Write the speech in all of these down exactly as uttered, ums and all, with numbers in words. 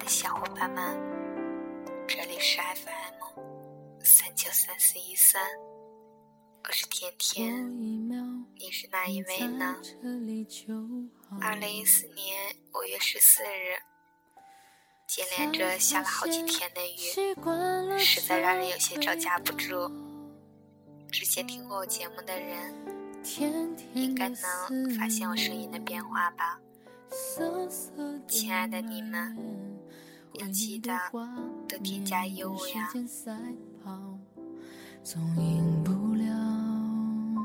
小伙伴们，这里是 F M 三九三四一三，我是甜甜，你是哪一位呢？二零一四年五月十四日，接连着下了好几天的雨，实在让人有些招架不住。之前听过我节目的人应该能发现我声音的变化吧。亲爱的你们，要记得多添加衣物呀。总赢不了，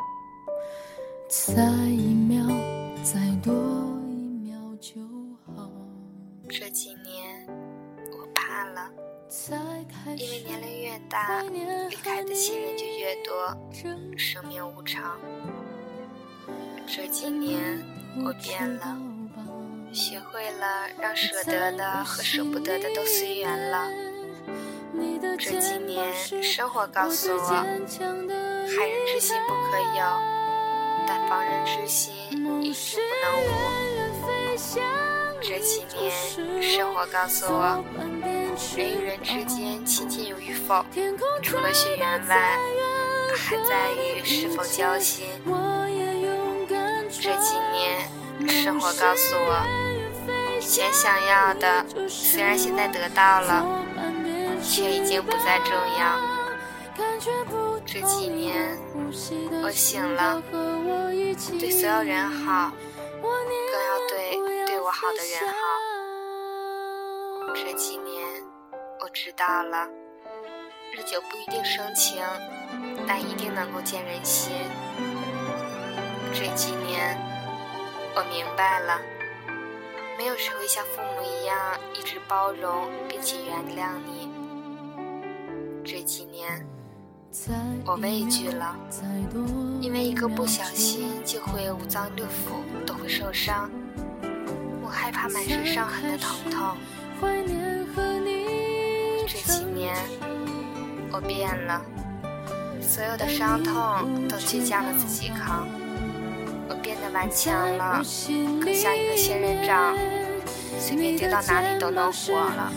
再一秒再多一秒就好。这几年我怕了，因为年龄越大，离开的亲人就越多，生命无常。这几年我变了，学会了让舍得的和舍不得的都随缘了。这几年生活告诉我，害人之心不可有，但防人之心一定不能无。这几年生活告诉我，人与人之间亲近有与否，除了血缘外，还在于是否交心。这几年生活告诉我，以前想要的虽然现在得到了，却已经不再重要。这几年我醒了，对所有人好，更要对对我好的人好。这几年我知道了，日久不一定生情，但一定能够见人心。这几年我明白了，没有谁会像父母一样一直包容并且原谅你。这几年我畏惧了，因为一个不小心就会五脏六腑都会受伤，我害怕满身伤痕的疼痛。这几年我变了，所有的伤痛都倔强了自己扛，我变得顽强了，更像一个仙人掌，随便丢到哪里都能活了。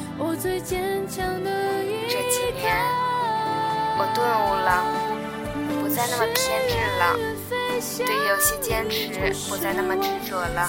这几年我顿悟了，不再那么偏执了，对有些坚持不再那么执着了。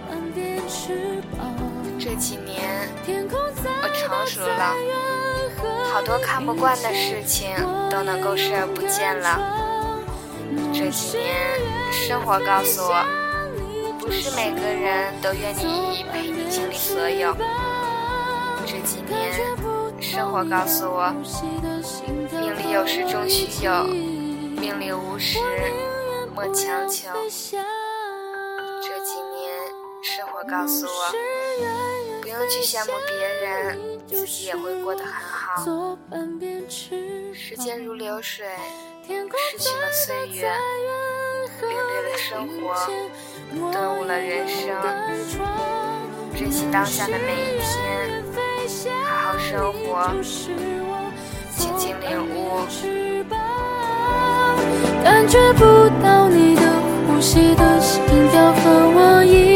这几年我成熟了，好多看不惯的事情都能够视而不见了。这几年生活告诉我，不是每个人都愿意陪你经历所有。这几年生活告诉我，命里有时终须有，命里无时莫强求。这几年生活告诉我，不用去羡慕别人，自己也会过得很好。时间如流水，失去了岁月，领略了生活，顿悟了人生。珍惜当下的每一天，好好生活，静静领悟。感觉不到你的呼吸的心跳和我一